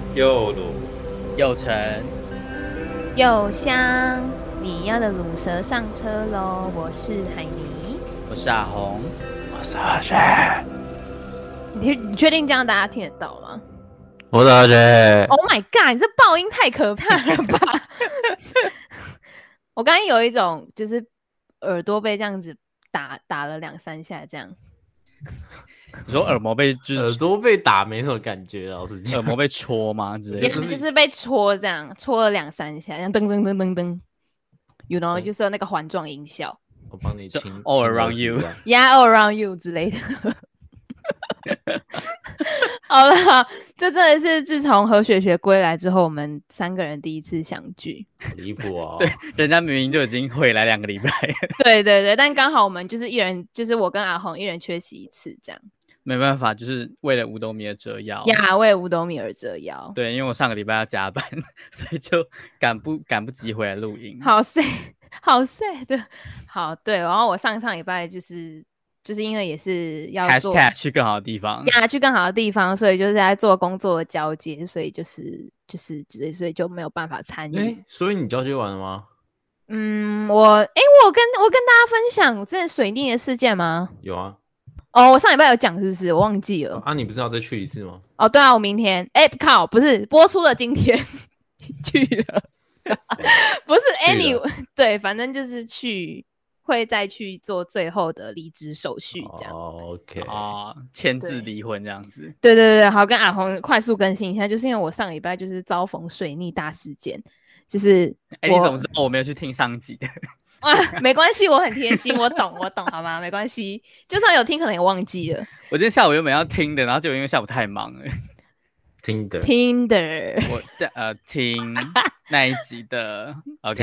又鲁有成， 有香，你要的卤蛇上车喽！我是海尼， 我是阿红， 我是阿雪， 你确定这样大家听得到吗我是阿雪。 ？Oh my god！你这爆音太可怕了吧！我刚刚有一种就是耳朵被这样子打了2-3下，这样。 你说耳膜被耳朵被打没什么感觉，老实讲。 耳膜被戳吗之类也的？ 就是被戳这样，戳了2-3下，像噔噔噔噔噔，you know，就是有那个环状音效我帮你清 all around you ，Yeah all around you 之类的。好了，这真的是自从何雪雪归来之后，我们3个人第一次相聚。 离谱哦。 对，人家明明就已经回来2个礼拜。 对对对，但刚好我们就是一人，就是我跟阿红一人缺席1次这样。 没办法，就是为了五斗米而折腰。 呀，为五斗米而折腰。 对，因为我上个礼拜要加班，所以就赶不及回来录音。 好 sad， 好 sad。好，对，然后我上礼拜就是因为也是要做 #去更好的地方呀，去更好的地方，所以就是在做工作的交接，所以所以就没有办法参与。 所以你交接完了吗？ 我有跟大家分享我之前水逆的事件吗？ 有啊。 哦，我上礼拜有讲是不是？我忘记了。 啊，你不是要再去一次吗？ 哦，对啊，我明天，靠，不是播出的今天去了，不是 anyway， 对，反正就是会再去做最后的离职手续，这样。 OK。 签字离婚这样子。 对对对，好，跟阿红快速更新一下，就是因为我上礼拜就是遭逢水逆大事件，就是你怎么知道我没有去听上集的？ 没关系，我很贴心，我懂，好吗？没关系，就算有听，可能也忘记了。 我今天下午原本要听的，然后就因为下午太忙了。 Tinder， 我在听那一集的。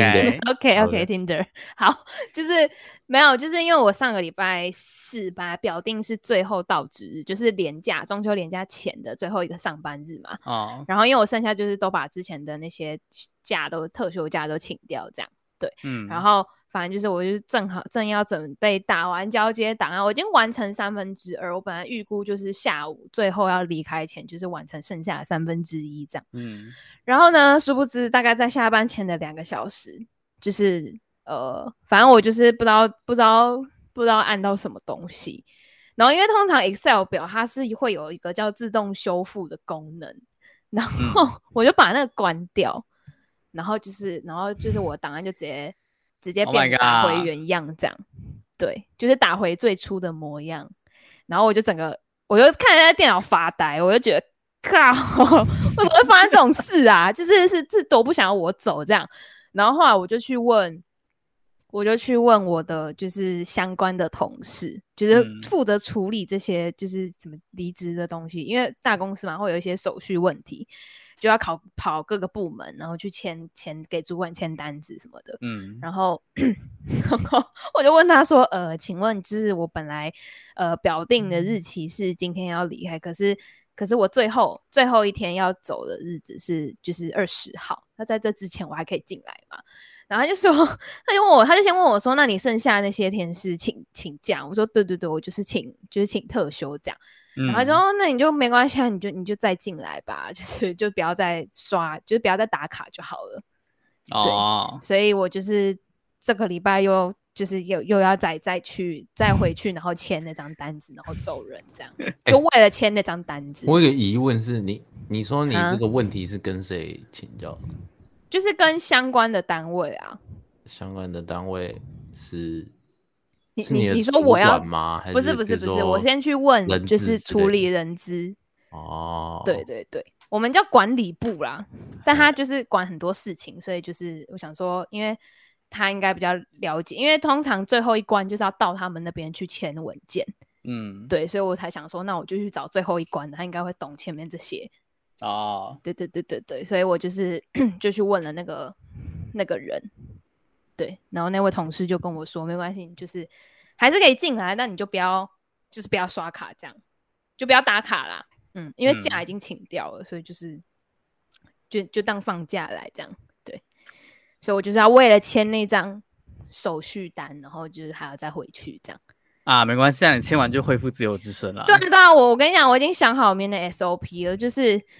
OK，Tinder，好，就是没有，就是因为我上个礼拜4把它表定是最后到职日，就是中秋连假前的最后一个上班日嘛。然后因为我剩下就是都把之前的那些特休假都请掉，这样对。然后反正就是我就是正要准备打完交接档案，我已经完成2/3，我本来预估就是下午最后要离开前就是完成剩下的1/3这样。然后呢，殊不知大概在下班前的2个小时，就是反正我就是不知道按到什么东西。然后因为通常 Excel 表它是会有一个叫自动修复的功能，然后我就把那个关掉，然后就是我的档案就直接变打回原样这样。对，就是打回最初的模样。然后我就看着在电脑发呆，我就觉得靠，为什么会发生这种事啊？是多不想要我走这样。然后后来我就去问我的就是相关的同事，就是负责处理这些就是怎么离职的东西，因为大公司嘛会有一些手续问题，就要跑各个部门，然后去给主管签单子什么的。然后我就问他说请问就是我本来表定的日期是今天要离开，可是我最后一天要走的日子是就是20号，那在这之前我还可以进来嘛？然后他就先问我说，那你剩下那些天是请假？我说对，我就是请特休这样。然后他说那你就没关系，你就再进来吧，就不要再就是不要再打卡就好了。对，所以我就是这个礼拜又要再回去，然后签那张单子，然后走人这样，就为了签那张单子。 我有个疑问是，你说你这个问题是跟谁请教的？ 就是跟相关的单位啊。 相关的单位是你说我要吗？ 不是，我先去问，就是处理人资。对，我们叫管理部啦，但他就是管很多事情，所以就是我想说，因为他应该比较了解，因为通常最后一关就是要到他们那边去签文件。对，所以我才想说，那我就去找最后一关的，他应该会懂前面这些。对，所以我就去问了那个人。对，然后那位同事就跟我说，没关系，你就是还是可以进来，但你就不要刷卡这样，就不要打卡啦。因为假已经请掉了，所以就当放假来这样。对，所以我就是要为了签那张手续单，然后就是还要再回去这样。 没关系，你签完就恢复自由之身了。 对啊，我跟你讲，我已经想好明天的 SOP 了，就是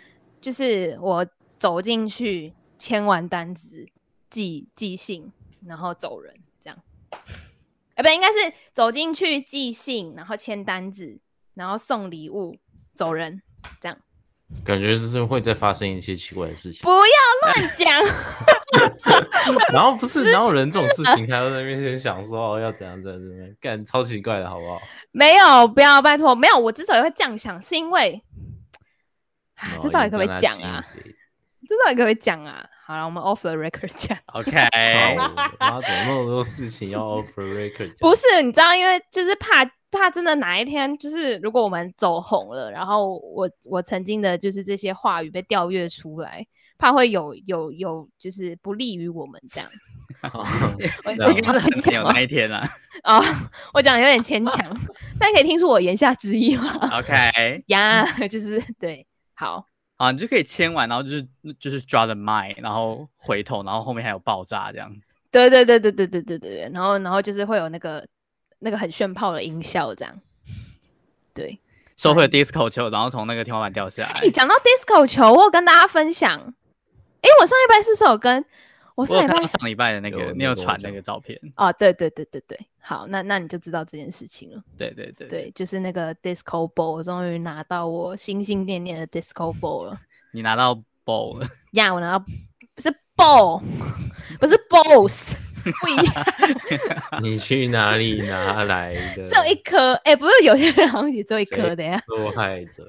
就是我走进去签完单子寄信，然后走人这样。不，应该是走进去寄信，然后签单子，然后送礼物，走人这样。 感觉就是会再发生一些奇怪的事情。 不要乱讲。 然后不是哪有人这种事情还要在那边先想说要怎样怎样，干超奇怪的好不好？ 没有，不要拜托，没有。我之所以会这样想，是因为，这到底可不可以讲啊？这到底可不可以讲啊？好了，我们 off the record 讲。 OK。 妈，怎么那么多事情要 off the record 讲？ 不是，你知道，因为就是怕真的哪一天，就是如果我们走红了，然后我曾经的就是这些话语被调阅出来，怕会有就是不利于我们这样。 我讲的很有那一天啊。 哦，我讲的有点牵强，但可以听出我言下之意吗 ？OK 呀，就是对，好。 啊，你就可以签完，然后就是抓着麦，然后回头，然后后面还有爆炸这样子。 对，然后就是会有那个很炫炮的音效这样。对， 收回 disco 球，然后从那个天花板掉下来。 讲到 disco 球，我有跟大家分享。我上礼拜是不是有跟我上礼拜的那个，你有传那个照片？ 哦，对，好，那你就知道这件事情了。 对， 就是那个 disco ball， 我终于拿到我心心念念的 disco ball 了。 你拿到 ball 了？ 呀，我拿到是 ball， 不是 balls， 不一样。 你去哪里拿来的？ 只有一颗，不是有些人好像也只有一颗的呀。 受害者。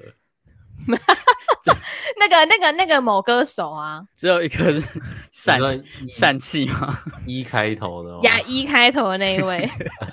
那个某歌手啊， 只有一颗是疝气吗 ？E 开头的吗？ 呀，E 开头的那一位。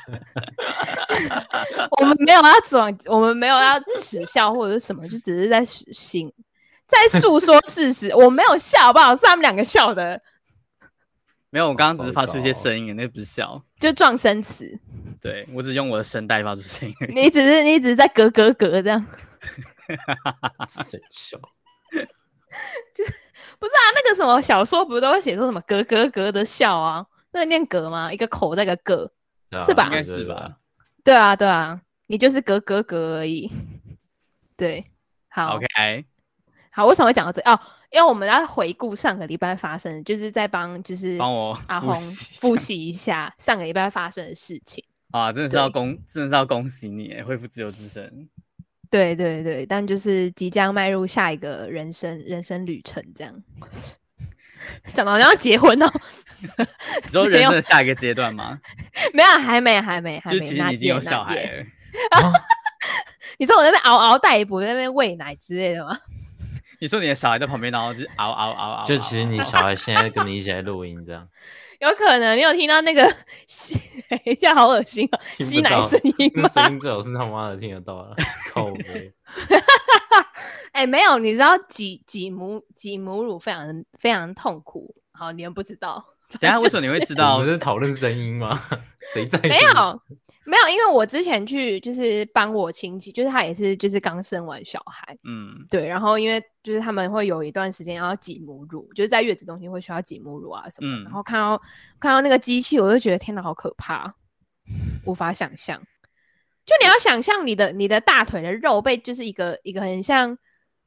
我们没有要我们没有要耻笑或者是什么，就只是在诉说事实。我没有笑，好不好？是他们两个笑的。 没有，我刚刚只是发出一些声音，那不是笑， 就撞声词。 对，我只用我的声带发出声音。 你只是在咯这样。 神笑。 就是不是啊？那个什么小说不是都会写说什么咯的笑啊？那个念格吗？一个口再一个个，是吧？ 应该是吧？ 对啊，你就是咯而已。对，好 ，OK， 好，为什么会讲到这？哦，因为我们要回顾上个礼拜发生的，就是在帮我阿红复习一下上个礼拜发生的事情啊！真的是要恭喜你，恢复自由之身。 对，但就是即将迈入下一个人生旅程，这样讲到好像要结婚哦。 你说人生的下一个阶段吗？ 没有，还没。 就其实你已经有小孩了。 你说我在那边嗷嗷待哺，在那边喂奶之类的吗？ 你说你的小孩在旁边，然后就嗷， 就其实你小孩现在跟你一起来录音这样。 有可能你有听到那个等一下好恶心啊，吸奶声音吗？ 声音最好是他妈的听得到了，靠北。 没有，你知道挤母乳非常痛苦。好，你们不知道。 等一下为什么你会知道？ 我们在讨论声音吗？谁在？ 没有，因为我之前去就是帮我亲戚，就是他也是就是刚生完小孩，对，然后因为就是他们会有一段时间要挤母乳，就是在月子中心会需要挤母乳啊什么的，然后看到那个机器，我就觉得天哪，好可怕，无法想象。就你要想象你的大腿的肉被就是一个很像，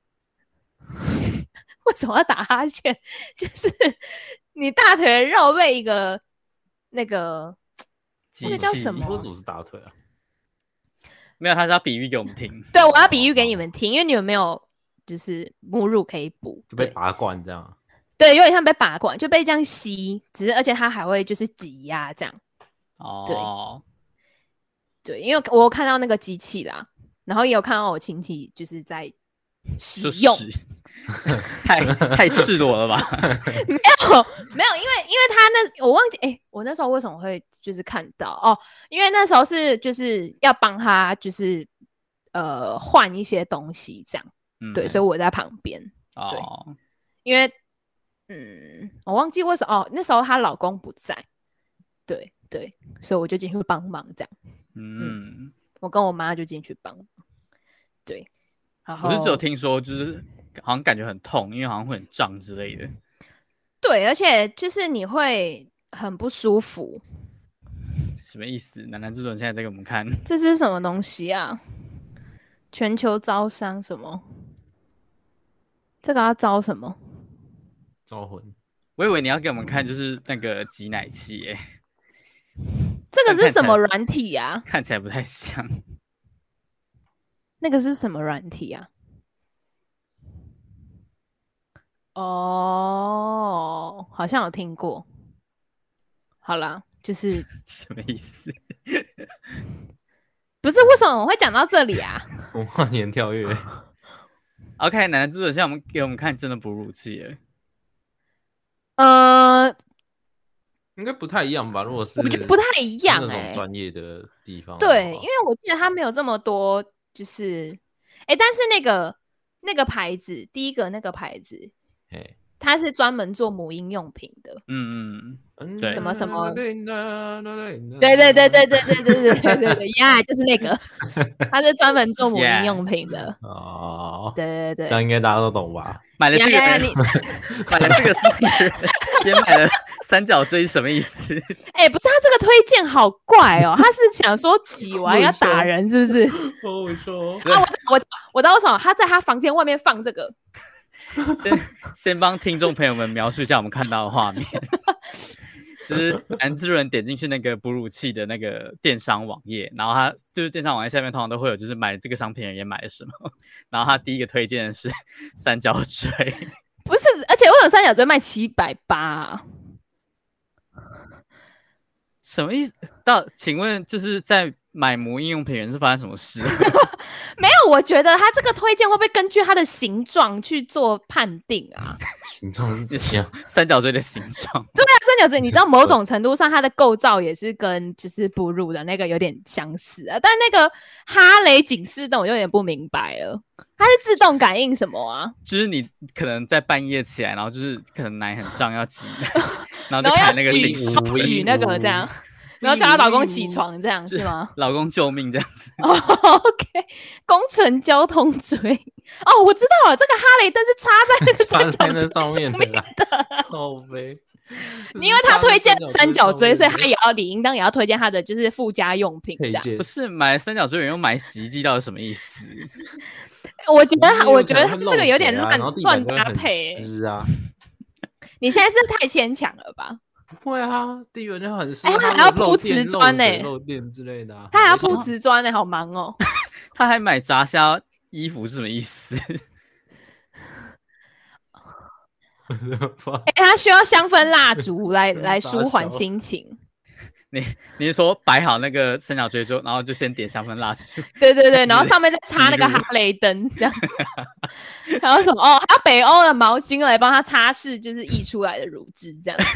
为什么要打哈欠？就是你大腿的肉被一个那个。那个叫什么？ 说怎么是大腿啊？ 没有，他是要比喻给我们听。 对，我要比喻给你们听，因为你们没有就是母乳可以补， 就被拔罐这样。 对，有点像被拔罐，就被这样吸，只是而且它还会就是挤压这样。 哦， 对，因为我有看到那个机器啦，然后也有看到我亲戚就是在使用。 太赤裸了吧？ 没有，因为他我忘记我那时候为什么会就是看到哦，因为那时候是就是要帮他就是换一些东西这样，对，所以我在旁边，对，因为我忘记为什么哦，那时候她老公不在，对，所以我就进去帮忙这样，我跟我妈就进去帮忙，对，然后我是只有听说就是好像感觉很痛，因为好像会很胀之类的。 对，而且就是你会很不舒服。 什么意思？南南之准现在在给我们看， 这是什么东西啊？全球招商什么？ 这个要招什么？ 招魂。 我以为你要给我们看就是那个挤奶器耶， 这个是什么软体啊？ 看起来不太像。 那个是什么软体啊？哦，好像有听过。好啦，就是什么意思？ 不是为什么我会讲到这里啊？ 文化年跳跃。 OK， 奶奶制作现在给我们看真的哺乳器了。 应该不太一样吧？如果是我觉得不太一样那种专业的地方。 对，因为我记得它没有这么多，就是但是那个牌子，第一个那个牌子，它是专门做母婴用品的。对，什么什么，对呀，就是那个，它是专门做母婴用品的。哦，对， 这样应该大家都懂吧？ 买了这个，买了这个也买了三角锥，什么意思？ 不是，他这个推荐好怪哦，他是想说挤完要打人，是不是？ 我说啊，我知道为什么他在他房间外面放这个。 先帮听众朋友们描述一下我们看到的画面。就是男之人点进去那个哺乳器的那个电商网页，然后他就是电商网页下面通常都会有就是买这个商品的人也买了什么，然后他第一个推荐的是三角锥。 不是，而且为什么三角锥卖780啊？ 什么意思？请问就是在买母婴用品人是发生什么事？ 没有，我觉得他这个推荐会不会根据它的形状去做判定啊？ 形状是怎样？ 三角锥的形状。 对啊，三角锥，你知道某种程度上它的构造也是跟就是哺乳的那个有点相似啊。但那个哈雷警示灯我就有点不明白了，它是自动感应什么啊？ 就是你可能在半夜起来，然后就是可能奶很胀要挤奶，然后就要开那个警示举那个这样。然后叫她老公起床，这样是吗？ 老公救命这样子。 OK， 工程交通锥。哦，我知道了，这个哈雷灯是插在那个三角锥上面的。 好呗。 因为他推荐三角锥，所以他也要理应当也要推荐他的就是附加用品这样。 不是买三角锥人又买洗衣机，到底什么意思？ 我觉得他这个有点乱搭配。你现在是太牵强了吧？ 不会啊，地板就很湿。 他还要铺瓷砖呢， 漏电之类的。 他还要铺瓷砖呢，好忙哦。 他还买炸虾衣服是什么意思？ 他需要香氛蜡烛来舒缓心情。 你是说摆好那个三角锥之后，然后就先点香氛蜡烛？ 对，然后上面再插那个哈雷灯，这样。还有什么？还有北欧的毛巾来帮他擦拭，就是溢出来的乳汁，这样。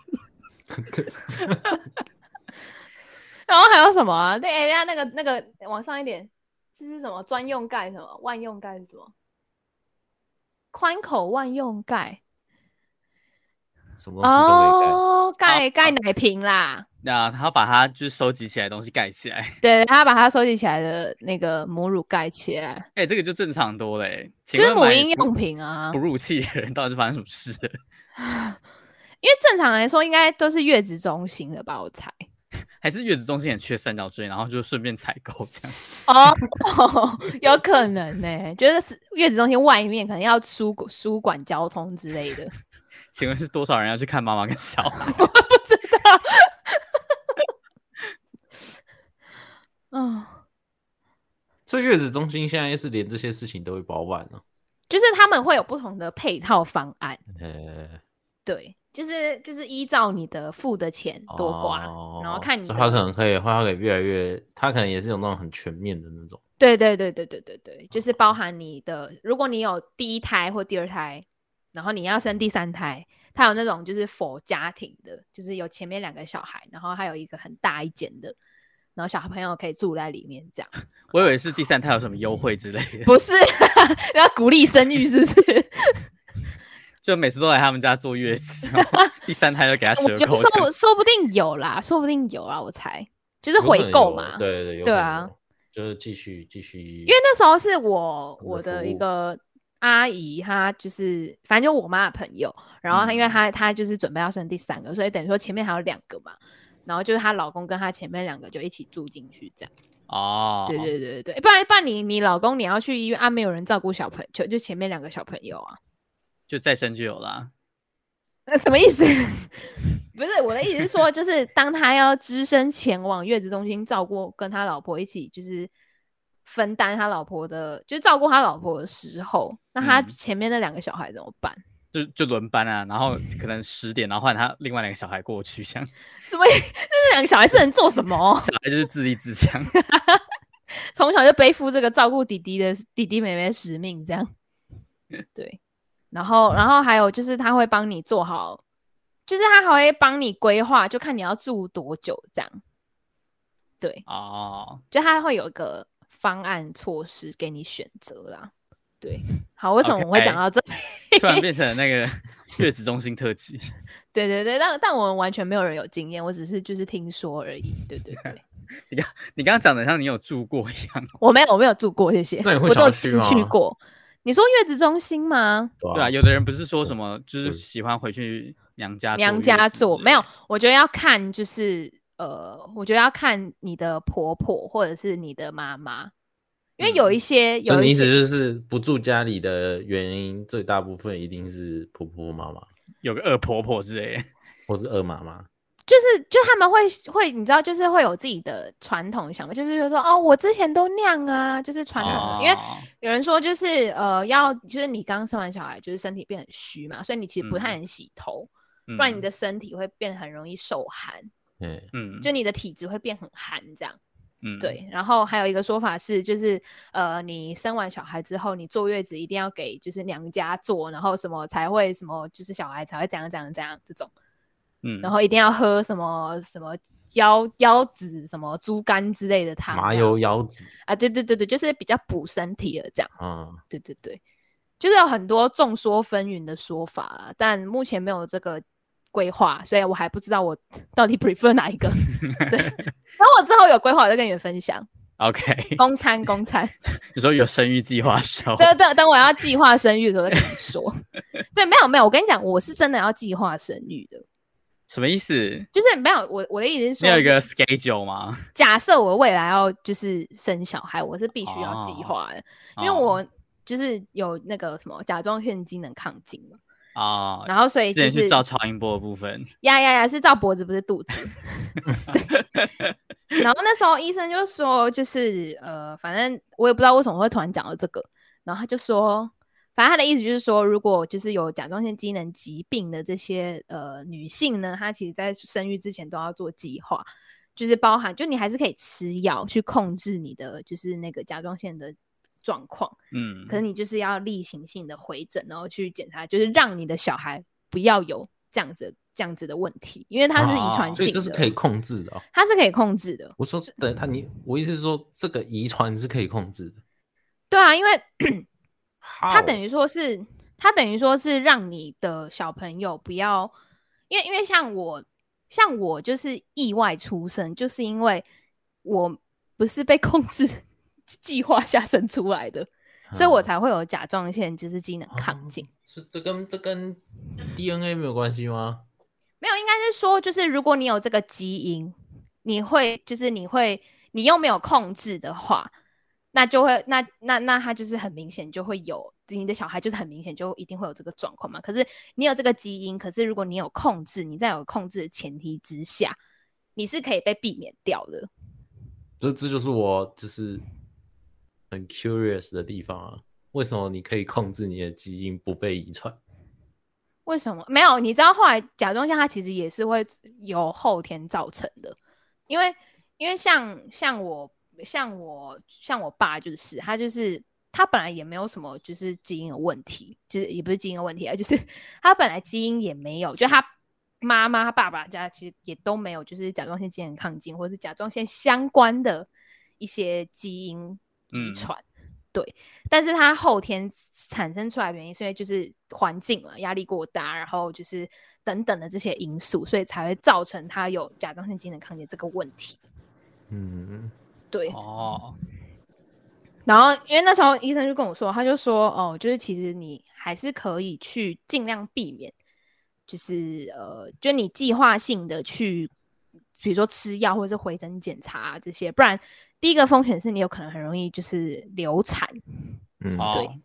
然后还有什么啊？对，那个往上一点，这是什么专用盖？什么万用盖是什么？宽口万用盖。 什么东西都可以盖奶瓶啦。 那他把它就是收集起来的东西盖起来。 对，他把它收集起来的那个母乳盖起来。 这个就正常多了。 就是母婴用品啊。 哺乳器的人到底是发生什么事了？ 因为正常来说应该都是月子中心的吧，我猜。 还是月子中心也缺三角锥，然后就顺便采购这样子。 有可能呢，就是月子中心外面可能要输管交通之类的。 请问是多少人要去看妈妈跟小孩？ 我不知道。 所以月子中心现在是连这些事情都会包办了。 就是他们会有不同的配套方案。对，就是依照你的付的钱多寡，然后看你的。 所以他可能可以越来越，他可能也是有那种很全面的那种。 对，就是包含你的，如果你有第一胎或第二胎。然后你要生第三胎，他有那种就是否家庭的，就是有前面2个小孩，然后还有一个很大一间的，然后小朋友可以住在里面这样。 我以为是第三胎有什么优惠之类的。 不是，要鼓励生育是不是？ 就每次都来他们家坐月子，第三胎就给他折扣。 我觉得说不定有啦，我猜就是回购嘛。 对啊，就是继续。因为那时候是我的一个。阿姨她就是反正就我妈的朋友，然后因为她就是准备要生第3个，所以等于说前面还有2个嘛，然后就是她老公跟她前面2个就一起住进去这样。对，不然你老公你要去医院啊，没有人照顾小朋友，就前面2个小朋友啊。 就再生就有啦。 什么意思？不是我的意思是说，就是当他要只身前往月子中心照顾，跟他老婆一起就是分担他老婆的，就是照顾他老婆的时候，那他前面那2个小孩怎么办？ 就轮班啊，然后可能10点，然后换他另外2个小孩过去，这样子。 什么？那2个小孩是能做什么？ 小孩就是自立自强， 从小就背负这个照顾弟弟妹妹的使命，这样。对。然后还有就是他会帮你做好，就是他还会帮你规划，就看你要住多久这样。对，就他会有一个方案措施给你选择啦。对，好，为什么我会讲到这里？ 突然变成了那个月子中心特辑。 对，但我们完全没有人有经验，我只是就是听说而已。对。 你刚刚讲的像你有住过一样。 我没有住过，谢谢。 那你会想去吗？ 我只有去过。你说月子中心吗？ 对啊，有的人不是说什么就是喜欢回去娘家做，没有，我觉得要看就是我觉得要看你的婆婆或者是你的妈妈，因为有一些所以你意思就是不住家里的原因最大部分一定是婆婆妈妈， 有个二婆婆之类的， 或是二妈妈。 就他们会你知道，就是会有自己的传统想法，就是说哦，我之前都那样啊，就是传统的。因为有人说就是就是你刚生完小孩，就是身体变很虚嘛，所以你其实不太能洗头，不然你的身体会变很容易受寒。就你的体质会变很寒这样。对。然后还有一个说法是，就是你生完小孩之后，你坐月子一定要给就是娘家坐，然后什么才会什么，就是小孩才会怎样这种。然后一定要喝什么腰子什么猪肝之类的汤， 麻油腰子啊，对，就是比较补身体的这样。对，就是有很多众说纷纭的说法啦，但目前没有这个规划，所以我还不知道我到底 prefer 哪一个。对，然后我之后有规划，我再跟你们分享。 OK， 公餐。 你说有生育计划的时候， 等我要计划生育的时候再跟你说。对，没有，我跟你讲，我是真的要计划生育的。 什么意思？ 就是没有，我的意思是说， 你有一个 schedule 吗？ 假设我未来要就是生小孩，我是必须要计划的，因为我就是有那个什么甲状腺机能亢进嘛。然后所以之前是照超音波的部分， 是照脖子不是肚子。对。然后那时候医生就说，就是反正我也不知道为什么会突然讲到这个，然后他就说，反正他的意思就是说，如果就是有甲状腺机能疾病的这些女性呢，她其实在生育之前都要做计划，就是包含就你还是可以吃药去控制你的就是那个甲状腺的状况，可是你就是要例行性的回诊，然后去检查，就是让你的小孩不要有这样子的问题，因为它是遗传性的， 所以这是可以控制的。 它是可以控制的。 我说我意思是说，这个遗传是可以控制的。 对啊，因为它等于说是让你的小朋友不要，因为像我就是意外出生，就是因为我不是被控制计划下生出来的，所以我才会有甲状腺就是机能亢进。 是这跟 DNA 没有关系吗？ 没有，应该是说就是如果你有这个基因，你又没有控制的话，那就会那它就是很明显就会有，你的小孩就是很明显就一定会有这个状况嘛。可是你有这个基因，可是如果你有控制，你在有控制的前提之下，你是可以被避免掉的。 这就是我就是很 curious 的地方啊，为什么你可以控制你的基因不被遗传？ 为什么没有？你知道后来甲状腺它其实也是会有后天造成的，因为像我爸就是他本来也没有什么就是基因的问题，就是也不是基因的问题啊，就是他本来基因也没有，就他妈妈他爸爸家其实也都没有就是甲状腺机能亢进或者是甲状腺相关的一些基因遗传。对，但是他后天产生出来的原因是因为就是环境嘛，压力过大，然后就是等等的这些因素，所以才会造成他有甲状腺机能亢进这个问题。对。然后因为那时候医生就跟我说，他就说就是其实你还是可以去尽量避免，就是就你计划性的去比如说吃药或者是回诊检查这些，不然第一个风险是你有可能很容易就是流产。对。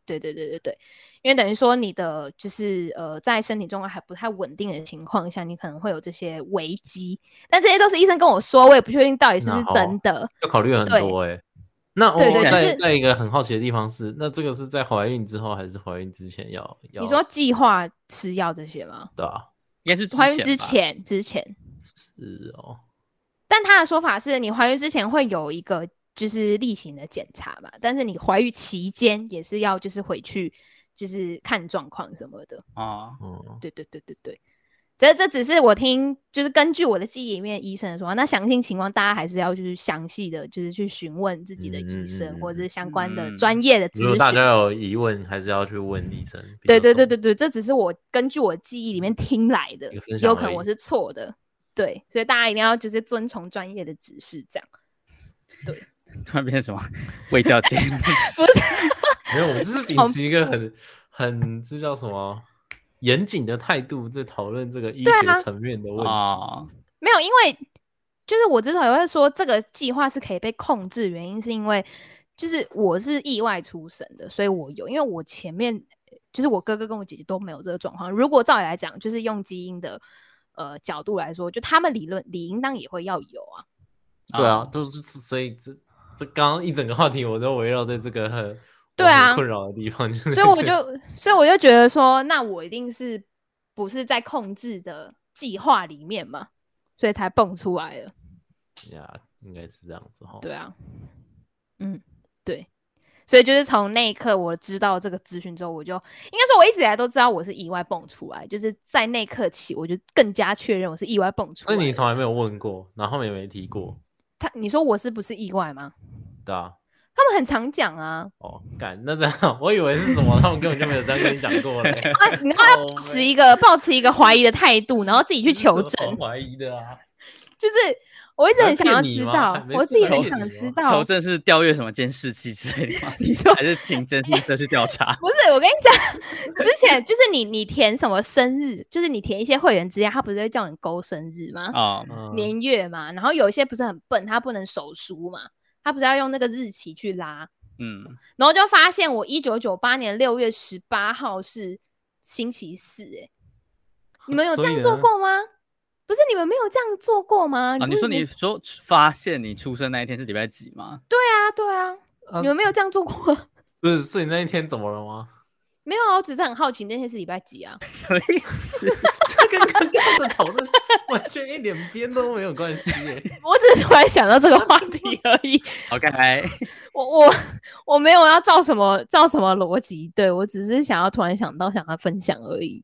对，因为等于说你的就是在身体状况还不太稳定的情况下，你可能会有这些危机，但这些都是医生跟我说，我也不确定到底是不是真的。 要考虑很多那我在一个很好奇的地方是，那这个是在怀孕之后还是怀孕之前要？ 你说计划吃药这些吗？ 对啊， 应该是怀孕之前。 是哦。 但他的说法是你怀孕之前会有一个就是例行的检查嘛，但是你怀孕期间也是要就是回去就是看状况什么的啊。 对，这只是我听就是根据我的记忆里面医生的说法，那详细情况大家还是要就是详细的就是去询问自己的医生或者是相关的专业的咨询。 如果大家有疑问，还是要去问医生。 对，这只是我根据我记忆里面听来的，有可能我是错的。对，所以大家一定要就是遵从专业的指示，这样。对， 突然变成什么卫教节目？ 不是， 没有，我们只是秉持一个很这叫什么严谨的态度，在讨论这个医学层面的问题。 没有，因为就是我之前也会说，这个计划是可以被控制，原因是因为就是我是意外出生的，所以我有，因为我前面就是我哥哥跟我姐姐都没有这个状况。如果照理来讲，就是用基因的角度来说，就他们理应当也会要有啊。 对啊，就是所以这刚刚一整个话题我都围绕在这个很困扰的地方，就是所以我就觉得说，那我一定是不是在控制的计划里面嘛，所以才蹦出来了。 呀，应该是这样子哈。 对啊，对。所以就是从那一刻我知道这个资讯之后，我就应该说我一直以来都知道我是意外蹦出来，就是在那一刻起我就更加确认我是意外蹦出来。 所以你从来没有问过，然后后面也没提过。 你说我是不是意外吗？ 对啊， 他们很常讲啊。 干，那这样我以为是什么，他们根本就没有这样跟你讲过嘞。 你要抱持一个怀疑的态度，然后自己去求证。 怀疑的啊， 就是我一直很想要知道，我自己很想知道。 求证是调阅什么监视器之类的吗？ 你说还是请侦讯社去调查？ 不是，我跟你讲，之前就是你填什么生日，就是你填一些会员资料，他不是会叫你勾生日吗？年月嘛，然后有一些不是很笨，他不能手书嘛，他不是要用那个日期去拉。然后就发现我1998年6月18号是星期四，你们有这样做过吗？不是，你们没有这样做过吗？ 你说发现你出生那一天是礼拜几吗？ 对啊，你们没有这样做过？ 不是，所以那一天怎么了吗？ 没有啊，我只是很好奇那天是礼拜几啊？ 什么意思？ 这跟刚刚的讨论完全一点边都没有关系耶。 我只是突然想到这个话题而已。 OK， 我没有要照什么逻辑，对，我只是想要突然想到想要分享而已。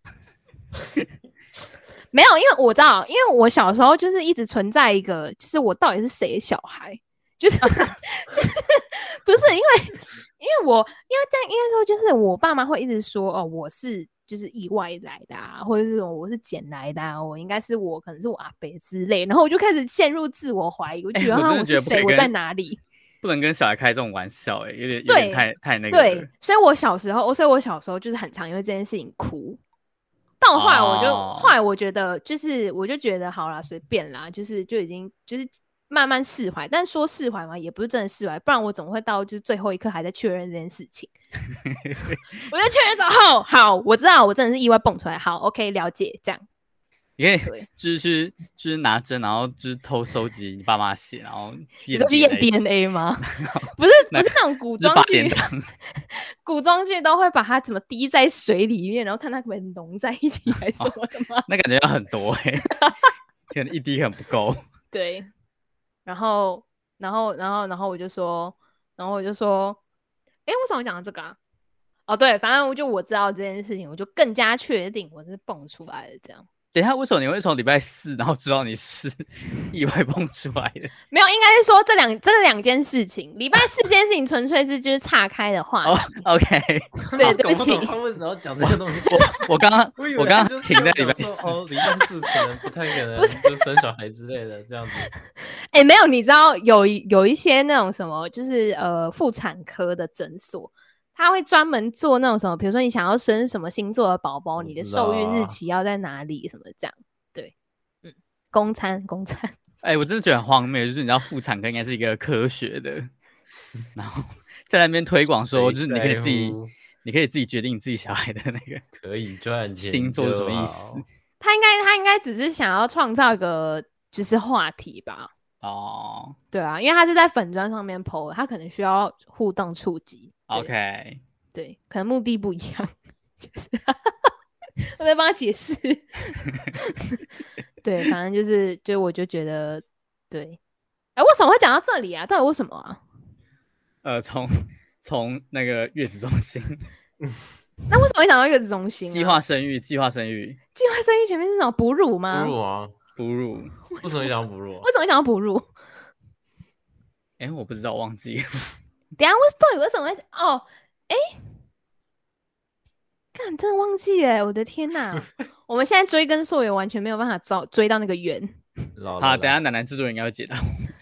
没有，因为我知道，因为我小时候就是一直存在一个，就是我到底是谁的小孩，就是不是因为这样应该说，就是我爸妈会一直说我是就是意外来的啊，或者是我是捡来的啊，我应该是可能是我阿伯之类，然后我就开始陷入自我怀疑，我觉得我是谁，我在哪里？ 不能跟小孩开这种玩笑，有点太那个。 对，所以我小时候就是很常因为这件事情哭。到后来后来我觉得我就觉得好啦，随便啦，就已经就是慢慢释怀，但说释怀嘛，也不是真的释怀，不然我怎么会到就是最后一刻还在确认这件事情？我就确认说好，我知道我真的是意外蹦出来，好 OK 了解这样。 你可以就是拿针，然后就是偷收集你爸妈血，然后去验 DNA 吗？不是那种古装剧，古装剧都会把它怎么滴在水里面，然后看它可不可以浓在一起还是什么的吗？ 那感觉要很多可能一滴可能不够。 对，然后我就说，为什么讲到这个啊？对，反正我知道这件事情，我就更加确定我是蹦出来的这样。 等一下，为什么你会从礼拜4然后知道你是意外蹦出来的？ 没有，应该是说这两件事情。礼拜4这件事情纯粹是就是岔开的话题。 OK， 对，对不起。 他为什么要讲这些东西？ 我刚刚停在礼拜 4。礼拜4可能不太可能就生小孩之类的这样子。 没有，你知道有一些那种什么，就是妇产科的诊所。他会专门做那种什么，比如说你想要生什么星座的宝宝，你的受孕日期要在哪里，什么这样。对，公餐。我真的觉得很荒谬，就是你知道妇产科应该是一个科学的，然后在那边推广说，就是谁在乎你可以自己决定你自己小孩的那个可以赚钱星座是什么意思？ 他应该只是想要创造一个就是话题吧。 哦， 对啊，因为他是在粉专上面 po 的，他可能需要互动触及。 OK， 对，可能目的不一样，就是我在帮他解释。对，反正就我就觉得，对，为什么会讲到这里啊？到底为什么啊？ 从那个月子中心， 那为什么会讲到月子中心、啊？ 计划生育计划生育前面是什么哺乳吗？ 哺乳啊， 哺乳。 为什么会讲哺乳、啊？ 为什么会讲到哺乳？ 我不知道，我忘记了。 等一下到底为什么会干真的忘记了，我的天哪！我们现在追根溯源，完全没有办法追到那个源。 好，等一下奶奶制作人应该会解答。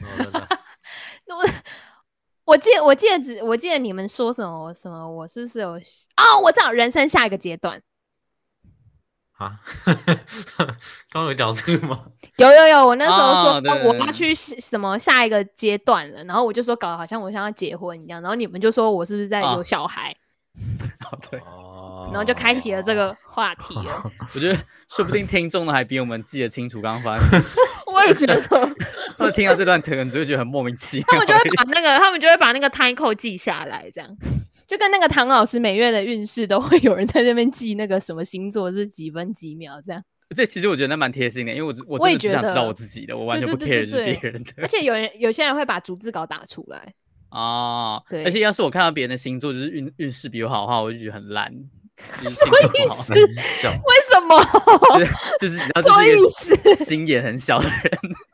我记得你们说什么？我是不是有？我知道人生下一个阶段。 啊，刚刚有讲这个吗？ 有，我那时候说对我要去什么下一个阶段了，然后我就说搞得好像我想要结婚一样，然后你们就说我是不是在有小孩？ 对， 然后就开启了这个话题了。 我觉得说不定听众呢还比我们记得清楚刚刚发生的事。 我也觉得， 他们听到这段可能只会觉得很莫名其妙。 他们就会把那个 time code 记下来，这样就跟那个唐老师每月的运势都会有人在这边记那个什么星座是几分几秒这样。 这其实我觉得那蛮贴心的，因为我真的只想知道我自己的，我完全不 care 是别人的。 而且有些人会把逐字稿打出来。对。 而且要是我看到别人的星座就是运势比我好的话，我就觉得很烂，就是心情不好。 为什么？ 就是你知道，就是一个心眼很小的人。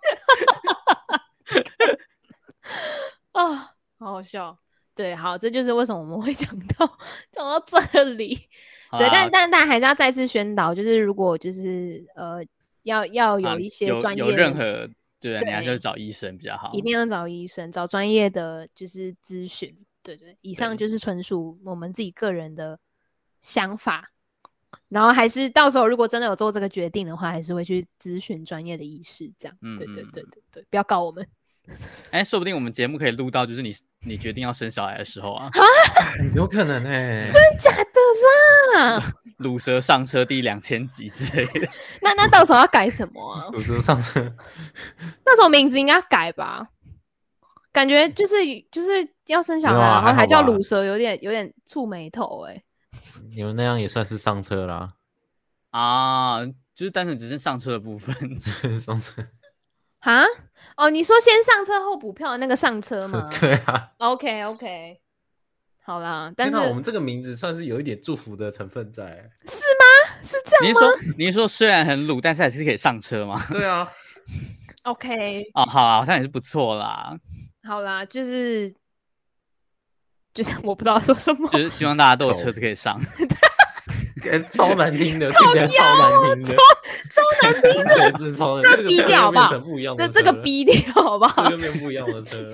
好好笑。对，好，这就是为什么我们会讲到这里。对，但还是要再次宣导，就是如果就是要有一些专业的， 有任何对，你还是要找医生比较好， 一定要找医生，找专业的就是咨询。对，以上就是纯属我们自己个人的想法，然后还是到时候如果真的有做这个决定的话，还是会去咨询专业的医师，这样。对，不要告我们。 说不定我们节目可以录到，就是你决定要生小孩的时候啊， 有可能真的假的啦？ 乳蛇上车第2000集之类的。 那到时候要改什么啊？ 乳蛇上车， 那时候名字应该改吧？感觉就是要生小孩，然后还叫乳蛇，有点触眉头你们那样也算是上车啦。 就是单纯只是上车的部分。 上车。 你说先上车后补票的那个上车吗？ 对啊。 OK， 好啦，但是我们这个名字算是有一点祝福的成分在。 是吗？是这样吗？ 你是说虽然很鲁，但是还是可以上车吗？ 对啊。 OK。 好啊，好像也是不错啦。 好啦，就是我不知道说什么， 就是希望大家都有车子可以上。 超难听的，听起来超难听的， 超难听的， 真的超难听。这个逼掉好不好？这个逼掉好不好？ 这个变不一样的车。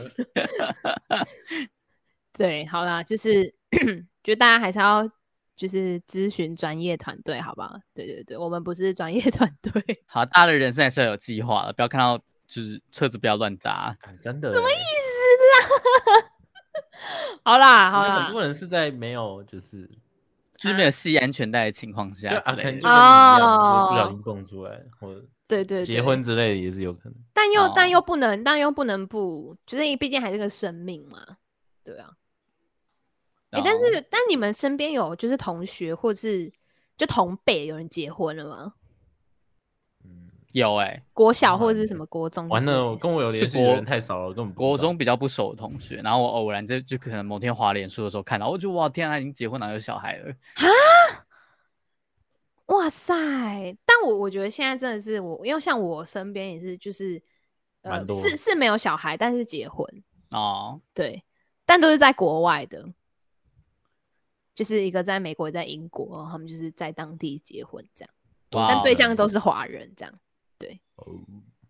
对，好啦，就是就大家还是要就是咨询专业团队，好不好？对，我们不是专业团队。 好，大家的人生还是要有计划的，不要看到就是车子不要乱搭。 真的？ 什么意思啦？好啦， 很多人是在没有就是没有系安全带的情况下之类的， 就跟你一样，不小心蹦出来，或者对结婚之类的也是有可能。 但又不能不，就是毕竟还是个生命嘛，对啊。但你们身边有就是同学或是就同辈有人结婚了吗？ 有国小或者是什么国中？ 完了，跟我有联系的人太少了，根本不知道。 国中比较不熟的同学，然后我偶然就可能某天滑脸书的时候看到，我就哇天啊，他已经结婚了，有小孩了啊！哇塞！但我觉得现在真的是因为像我身边也是，就是是没有小孩，但是结婚对，但都是在国外的，就是一个在美国，在英国，他们就是在当地结婚这样，但对象都是华人这样。对，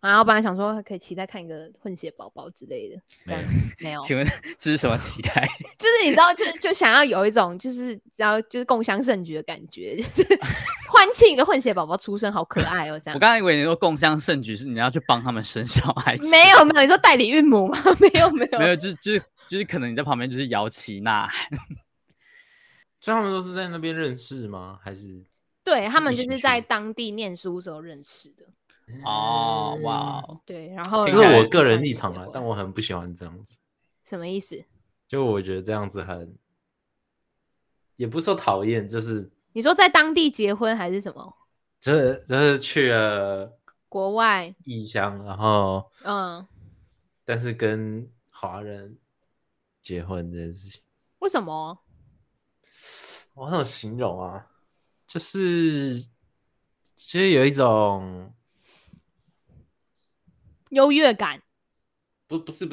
然后本来想说可以期待看一个混血宝宝之类的，但没有。 请问这是什么期待？ 就是你知道，就想要有一种就是共襄盛举的感觉，就是欢庆一个混血宝宝出生，好可爱哦！这样。 我刚刚以为你说共襄盛举是你要去帮他们生小孩， 没有，你说代理孕母吗？没有， 就是可能你在旁边就是摇旗呐喊。 所以他们都是在那边认识吗？还是？ 对，他们就是在当地念书的时候认识的。 哦，哇， 对，然后这是我个人立场啦，但我很不喜欢这样子。 什么意思？ 就我觉得这样子也不是说讨厌，就是你说在当地结婚还是什么？ 就是去了国外异乡，然后但是跟华人结婚这件事情， 为什么？ 我怎么形容啊？就是有一种优越感。 不是。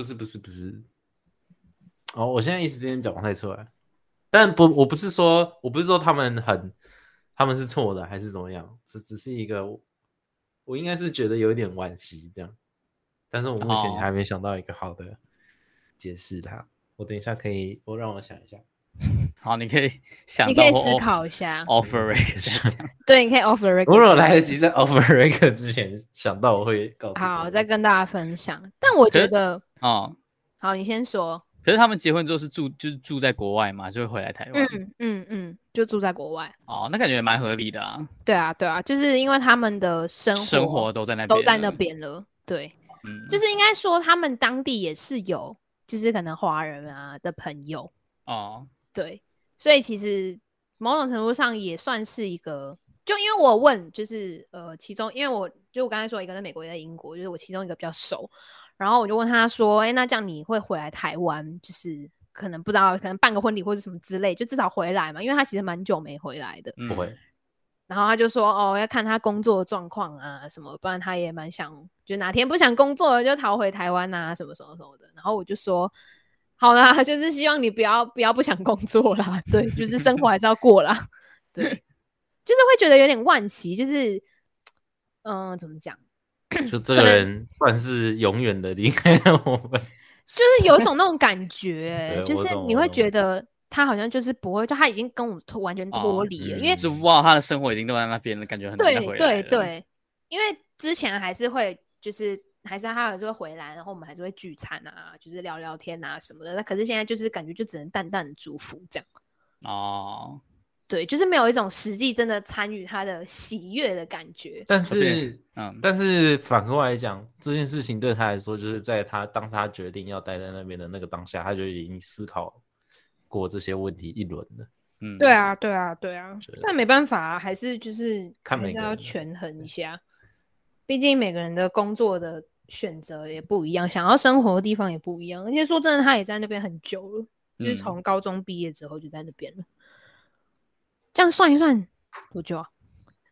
哦，我现在一时间讲不太出来。但我不是说他们是错的还是怎么样，只是一个我应该是觉得有一点惋惜这样，但是我目前还没想到一个好的解释它。我等一下让我想一下。 好，你可以想到， 你可以思考一下 off the record 再讲。 对，你可以 off the record。 我如果来得及在 off the record 之前想到，我会告诉好，再跟大家分享。但我觉得好，你先说。 可是他们结婚之后是住在国外嘛，就会回来台湾。 就住在国外。 哦，那感觉也蛮合理的啊。 对啊，就是因为他们的生活都在那边了。对，就是应该说他们当地也是有，就是可能华人啊的朋友。对，所以其实某种程度上也算是一个，就因为我问，就是其中因为我刚才说一个在美国，一个在英国，就是我其中一个比较熟。然后我就问他说：“那这样你会回来台湾？就是可能不知道，可能办个婚礼或者什么之类，就至少回来嘛，因为他其实蛮久没回来的。” 不会。 然后他就说：“要看他工作的状况啊什么，不然他也蛮想，就哪天不想工作了就逃回台湾啊什么什么什么的。”然后我就说：“好啦，就是希望你不要不想工作啦，对，就是生活还是要过啦，对，就是会觉得有点惋惜，就是怎么讲？” 就这个人算是永远的离开了我们， 就是有一种那种感觉，就是你会觉得他好像就是不会，就他已经跟我们完全脱离了，因为他的生活已经都在那边了，感觉很难再回来了。 对，因为之前还是会就是他还是会回来，然后我们还是会聚餐啊，就是聊聊天啊什么的。那可是现在就是感觉就只能淡淡的祝福这样。对，就是没有一种实际真的参与他的喜悦的感觉。 但是反过来讲，这件事情对他来说，就是在当他决定要待在那边的那个当下，他就已经思考过这些问题一轮了。 对啊。但没办法啊，还是就是还是要权衡一下。毕竟每个人的工作的选择也不一样，想要生活的地方也不一样。而且说真的，他也在那边很久了，就是从高中毕业之后就在那边了。这样算一算多久啊？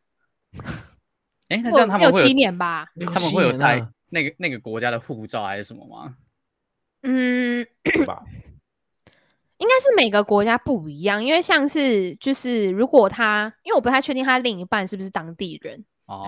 那这样他们会有 6-7年吧？ 他们会有带那个国家的护照还是什么吗？ 吧， 应该是每个国家不一样，因为像是就是如果因为我不太确定他另一半是不是当地人。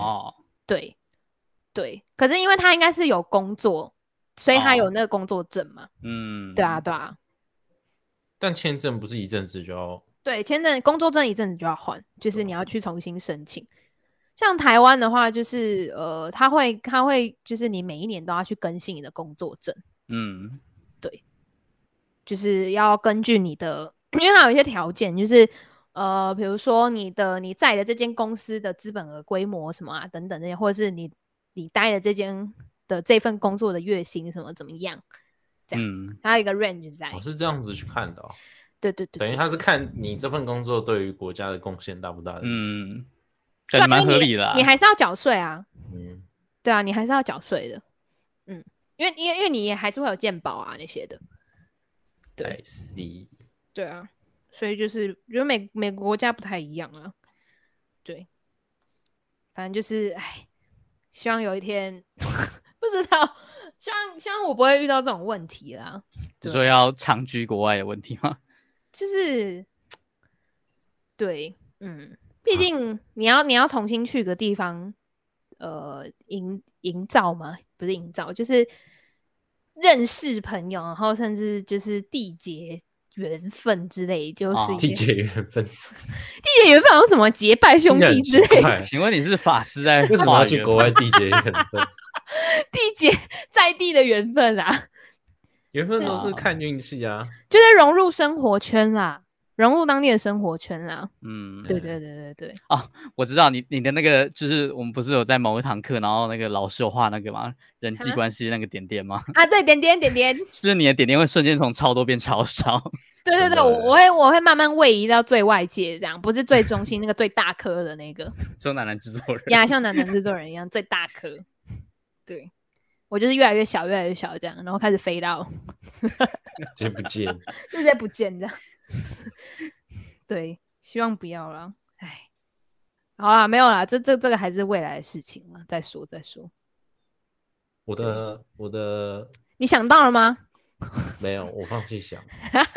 对，可是因为他应该是有工作，所以他有那个工作证嘛。对啊。 但签证不是一阵子就要？ 对，工作证一阵子就要换，就是你要去重新申请。像台湾的话，就是他会就是你每一年都要去更新你的工作证。对，就是要根据你的，因为它有一些条件，就是比如说你在的这间公司的资本额规模什么啊等等这些，或者是你待的这份工作的月薪什么怎么样，这样，还有一个 range 在。 是这样子去看的。 对， 等于他是看你这份工作对于国家的贡献大不大的意思。 感觉蛮合理的。 你还是要缴税啊。对啊，你还是要缴税的。因为你也还是会有健保啊那些的。对，对啊，所以就是觉得每个国家不太一样啊。对，反正就是希望有一天不知道，希望我不会遇到这种问题啦。 你说要长居国外的问题吗？ 就是对，毕竟你要重新去个地方， 营造吗？不是营造，就是认识朋友，然后甚至就是缔结缘分之类，就是缔结缘分， 缔结缘分有什么结拜兄弟之类的？ 请问你是法师在为什么要去国外缔结缘分？ 缔结在地的缘分啊， 缘分都是看运气啊， 就是融入生活圈啦，融入当地的生活圈啦。对。 哦，我知道你的那个就是我们不是有在某一堂课，然后那个老师有画那个吗？人际关系那个点点吗？ 啊，对，点点， 就是你的点点会瞬间从超多变超少。 对，我会慢慢位移到最外界，这样不是最中心那个最大颗的那个， 像男制作人呀，像男制作人一样最大颗。对，我就是越来越小这样，然后开始飞到， 直接不见， 就直接不见这样。对，希望不要了。哎，好啦，没有啦，这个还是未来的事情了，再说。 我的， 你想到了吗？ 没有，我放弃想。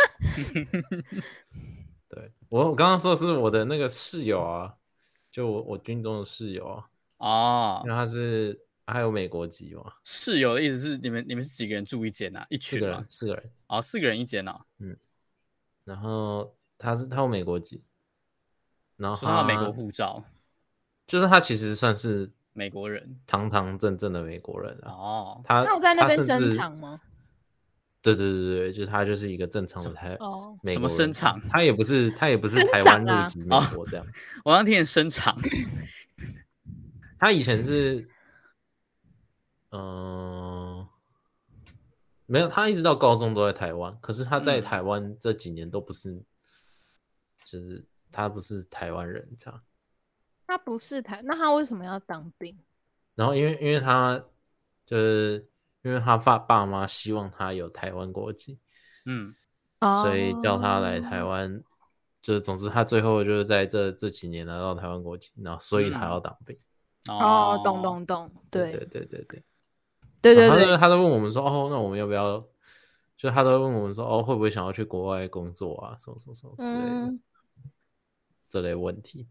对，我刚刚说的是我的那个室友啊，就我军中的室友啊。 哦， 因为他有美国籍嘛。 室友的意思是你们是几个人住一间啊？一群吗 ？4个人。 哦，4个人一间啊。 然后他有美国籍，然后他有美国护照， 就是他其实算是美国人， 堂堂正正的美国人啊。 哦， 他有在那边生厂吗？ 对，就是他就是一个正常的美国人。 什么生厂？ 他也不是台湾入籍美国这样。 我刚听成生厂。 他以前是，没有，他一直到高中都在台湾，可是他在台湾这几年都不是，就是他不是台湾人这样。 他不是那他为什么要当兵？ 然后因为他就是因为他爸妈希望他有台湾国籍，所以叫他来台湾，就是总之他最后就是在这几年拿到台湾国籍，然后所以他要当兵。 懂，对， 他都问我们说，那我们要不要？就他都问我们说，会不会想要去国外工作啊，什么之类的，这类问题。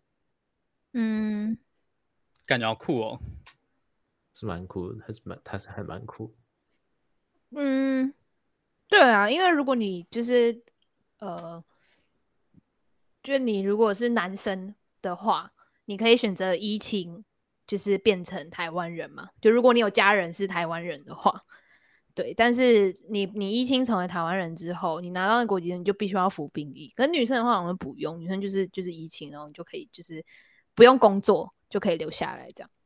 感觉好酷哦， 是蛮酷的，他是还蛮酷的。 对啊，因为如果你就是就你如果是男生的话，你可以选择依亲，就是变成台湾人嘛。就如果你有家人是台湾人的话，对。但是你依亲成为台湾人之后，你拿到那国籍，你就必须要服兵役。可是女生的话，我们不用，女生就是依亲，然后你就可以就是不用工作就可以留下来这样。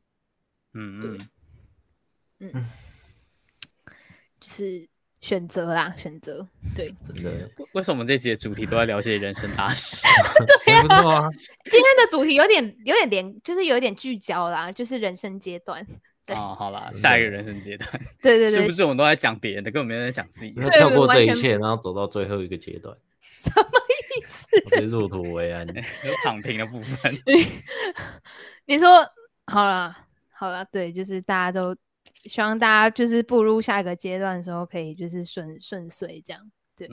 就是选择啦，对， 真的。 为什么我们这集的主题都在聊些人生大事？ 对啊， 不错啊。 今天的主题有点就是有点聚焦啦，就是人生阶段。 好啦，下一个人生阶段。 对， 是不是我们都在讲别人的，根本没人在讲自己的？ 跳过这一切，然后走到最后一个阶段。 什么意思？ 我觉得入土为安， 有躺平的部分。 你说好了，对，就是大家都希望大家就是步入下一个阶段的时候，可以就是顺遂这样。对，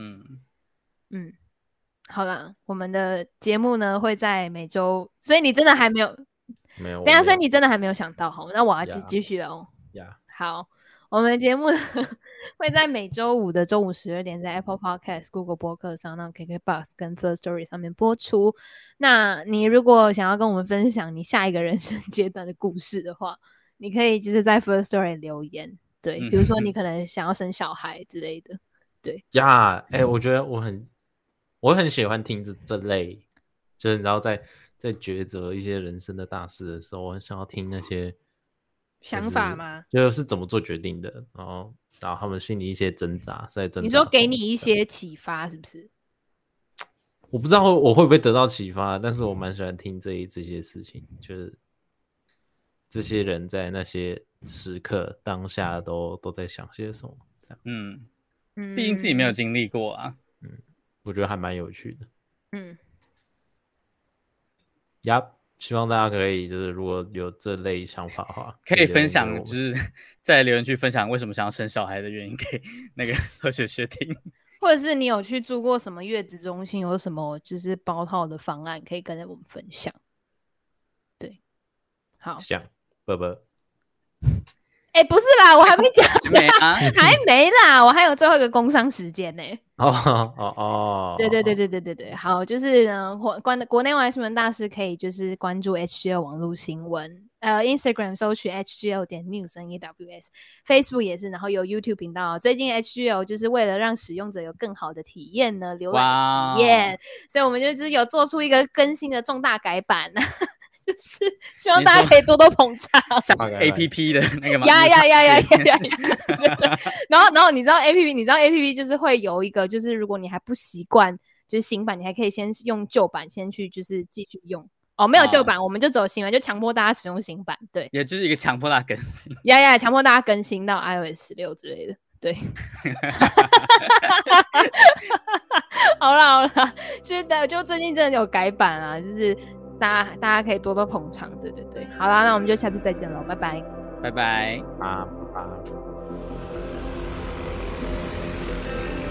好了，我们的节目呢会在每周，所以你真的还没有。等一下，所以你真的还没有想到齁，那我要继续了哦。好，我们节目会在每周五的中午12点在 Apple Podcast、Google 播客上、KKBox 跟 First Story 上面播出。那你如果想要跟我们分享你下一个人生阶段的故事的话，你可以就是在 First Story 留言，对，比如说你可能想要生小孩之类的，对。 我觉得我很喜欢听这类，就是你知道在抉择一些人生的大事的时候，我很想要听那些想法吗？ 就是怎么做决定的，然后他们心里一些挣扎， 你说给你一些启发，是不是？ 我不知道我会不会得到启发，但是我蛮喜欢听这些事情，就是这些人在那些时刻当下都在想些什么。 毕竟自己没有经历过啊。 我觉得还蛮有趣的。希望大家可以就是如果有这类想法的话， 可以分享，就是在留言区分享为什么想要生小孩的原因给那个何雪雪听， 或者是你有去住过什么月子中心，有什么就是包套的方案可以跟我们分享。对，好， 啵啵。 不是啦，我还没讲， 还没啦，我还有最后一个工商时间呢。对，好，就是呢，国内外新闻大师可以就是关注 HGL 网络新闻，Instagram 搜取 HGL.news， Facebook 也是，然后有 YouTube 频道。最近 HGL 就是为了让使用者有更好的体验呢，浏览体验，所以我们就是有做出一个更新的重大改版。就是希望大家可以多多捧场， 像 APP 的那个嘛， 呀。然后你知道 APP 就是会有一个，就是如果你还不习惯就是新版，你还可以先用旧版先去就是继续用。没有旧版，我们就走新版，就强迫大家使用新版。对， 也就是一个强迫大家更新。 强迫大家更新到 iOS 16之类的。对，好啦，就最近真的有改版啊，就是大家可以多多捧场。对，好啦，那我们就下次再见喽，拜拜， 拜拜， 拜拜。